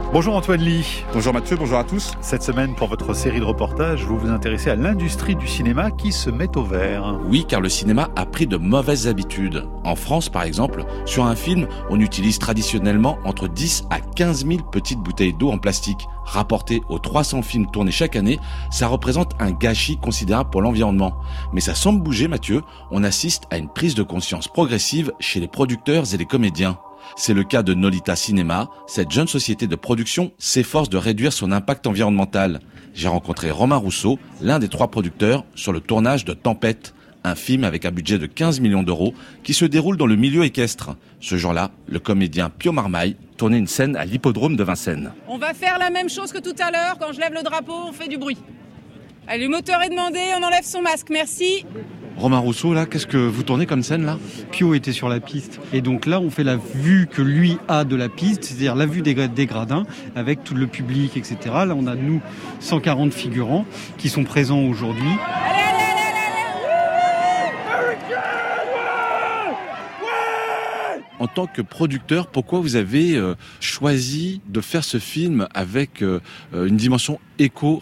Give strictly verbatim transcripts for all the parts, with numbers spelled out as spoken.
Bonjour Antoine Ly. Bonjour Mathieu, bonjour à tous. Cette semaine, pour votre série de reportages, vous vous intéressez à l'industrie du cinéma qui se met au vert. Oui, car le cinéma a pris de mauvaises habitudes. En France, par exemple, sur un film, on utilise traditionnellement entre dix à quinze mille petites bouteilles d'eau en plastique. Rapporté aux trois cents films tournés chaque année, ça représente un gâchis considérable pour l'environnement. Mais ça semble bouger, Mathieu. On assiste à une prise de conscience progressive chez les producteurs et les comédiens. C'est le cas de Nolita Cinéma. Cette jeune société de production s'efforce de réduire son impact environnemental. J'ai rencontré Romain Rousseau, l'un des trois producteurs, sur le tournage de Tempête, un film avec un budget de quinze millions d'euros qui se déroule dans le milieu équestre. Ce jour-là, le comédien Pio Marmaille tournait une scène à l'hippodrome de Vincennes. On va faire la même chose que tout à l'heure. Quand je lève le drapeau, on fait du bruit. Allez, le moteur est demandé, on enlève son masque. Merci. Romain Rousseau, là, qu'est-ce que vous tournez comme scène, là ? Pio était sur la piste. Et donc là, on fait la vue que lui a de la piste, c'est-à-dire la vue des, des gradins, avec tout le public, et cetera. Là, on a, nous, cent quarante figurants qui sont présents aujourd'hui. Allez, allez, allez, allez. En tant que producteur, pourquoi vous avez euh, choisi de faire ce film avec euh, une dimension éco-responsable ?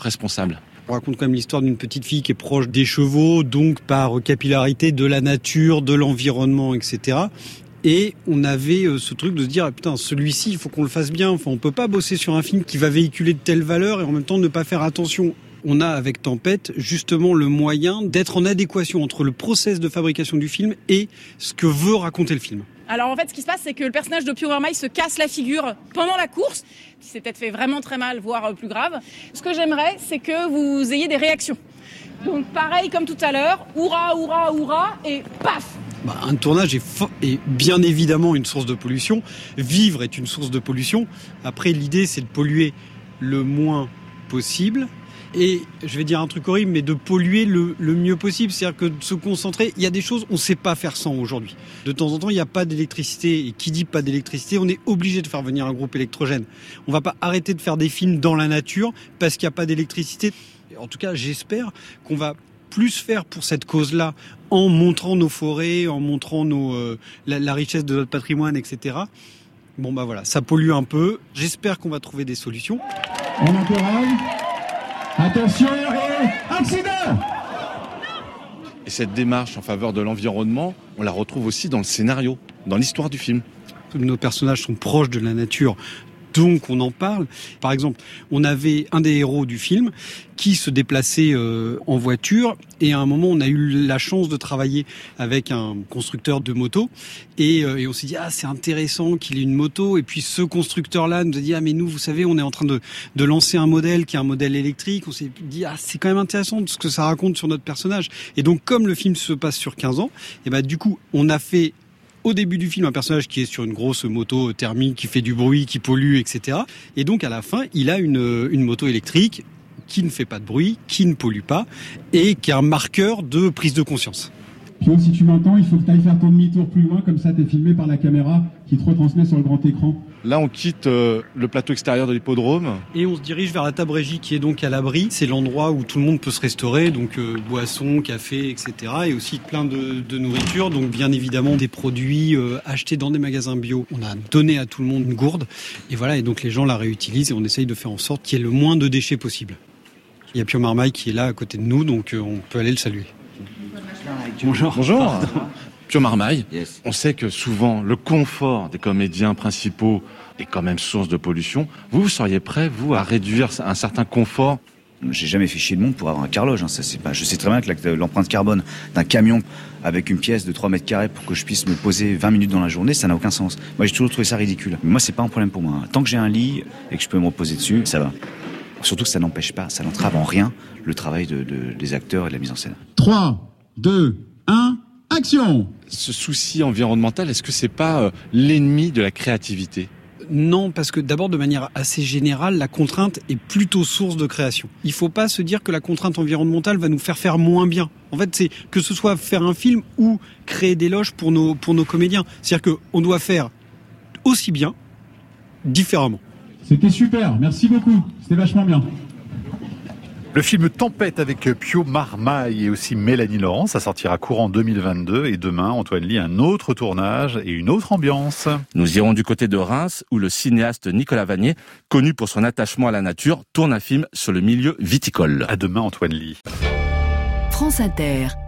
On raconte quand même l'histoire d'une petite fille qui est proche des chevaux, donc par capillarité de la nature, de l'environnement, et cetera. Et on avait ce truc de se dire, ah, putain, celui-ci, il faut qu'on le fasse bien. Enfin, on peut pas bosser sur un film qui va véhiculer de telles valeurs et en même temps ne pas faire attention. On a, avec Tempête, justement le moyen d'être en adéquation entre le process de fabrication du film et ce que veut raconter le film. Alors en fait, ce qui se passe, c'est que le personnage de Pio Marmaille se casse la figure pendant la course. Il s'est peut-être fait vraiment très mal, voire plus grave. Ce que j'aimerais, c'est que vous ayez des réactions. Donc pareil comme tout à l'heure, hurrah, hurrah, hurrah, et paf ! Bah, un tournage est, fo- est bien évidemment une source de pollution. Vivre est une source de pollution. Après, l'idée, c'est de polluer le moins possible. Et je vais dire un truc horrible, mais de polluer le, le mieux possible. C'est-à-dire que de se concentrer, il y a des choses, on ne sait pas faire sans aujourd'hui. De temps en temps, il n'y a pas d'électricité. Et qui dit pas d'électricité, on est obligé de faire venir un groupe électrogène. On ne va pas arrêter de faire des films dans la nature parce qu'il n'y a pas d'électricité. En tout cas, j'espère qu'on va plus faire pour cette cause-là en montrant nos forêts, en montrant nos, euh, la, la richesse de notre patrimoine, et cetera. Bon, bah voilà, ça pollue un peu. J'espère qu'on va trouver des solutions. On encourage. Attention et accident! Et cette démarche en faveur de l'environnement, on la retrouve aussi dans le scénario, dans l'histoire du film. Nos personnages sont proches de la nature, donc on en parle. Par exemple, on avait un des héros du film qui se déplaçait euh, en voiture et à un moment on a eu la chance de travailler avec un constructeur de moto et, euh, et on s'est dit ah c'est intéressant qu'il ait une moto et puis ce constructeur-là nous a dit ah mais nous vous savez on est en train de, de lancer un modèle qui est un modèle électrique. On s'est dit ah c'est quand même intéressant ce que ça raconte sur notre personnage et donc comme le film se passe sur quinze ans et ben du coup on a fait au début du film, un personnage qui est sur une grosse moto thermique, qui fait du bruit, qui pollue, et cetera. Et donc, à la fin, il a une, une moto électrique qui ne fait pas de bruit, qui ne pollue pas, et qui est un marqueur de prise de conscience. Pio, si tu m'entends, il faut que tu ailles faire ton demi-tour plus loin, comme ça t'es filmé par la caméra qui te retransmet sur le grand écran. Là, on quitte euh, le plateau extérieur de l'hippodrome. Et on se dirige vers la table régie qui est donc à l'abri. C'est l'endroit où tout le monde peut se restaurer, donc euh, boissons, café, et cetera. Et aussi plein de, de nourriture, donc bien évidemment des produits euh, achetés dans des magasins bio. On a donné à tout le monde une gourde, et voilà, et donc les gens la réutilisent et on essaye de faire en sorte qu'il y ait le moins de déchets possible. Il y a Pio Marmaille qui est là à côté de nous, donc euh, on peut aller le saluer. Bonjour. Bonjour. Pio Marmaille, Yes. On sait que souvent le confort des comédiens principaux est quand même source de pollution. Vous, vous seriez prêt, vous, à réduire un certain confort ? J'ai jamais fait chier le monde pour avoir un carloge. Hein. Ça, c'est pas... Je sais très bien que la- l'empreinte carbone d'un camion avec une pièce de trois mètres carrés pour que je puisse me poser vingt minutes dans la journée, ça n'a aucun sens. Moi, j'ai toujours trouvé ça ridicule. Mais moi, c'est pas un problème pour moi. Tant que j'ai un lit et que je peux me reposer dessus, ça va. Surtout que ça n'empêche pas, ça n'entrave en rien le travail de, de, des acteurs et de la mise en scène. trois, deux, un, action! Ce souci environnemental, est-ce que c'est pas euh, l'ennemi de la créativité ? Non, parce que d'abord, de manière assez générale, la contrainte est plutôt source de création. Il faut pas se dire que la contrainte environnementale va nous faire faire moins bien. En fait, c'est que ce soit faire un film ou créer des loges pour nos, pour nos comédiens. C'est-à-dire qu'on doit faire aussi bien, différemment. C'était super, merci beaucoup, c'était vachement bien. Le film Tempête avec Pio Marmaille et aussi Mélanie Laurent, ça sortira courant deux mille vingt-deux et demain, Antoine lit un autre tournage et une autre ambiance. Nous irons du côté de Reims où le cinéaste Nicolas Vanier, connu pour son attachement à la nature, tourne un film sur le milieu viticole. À demain, Antoine lit. France Inter.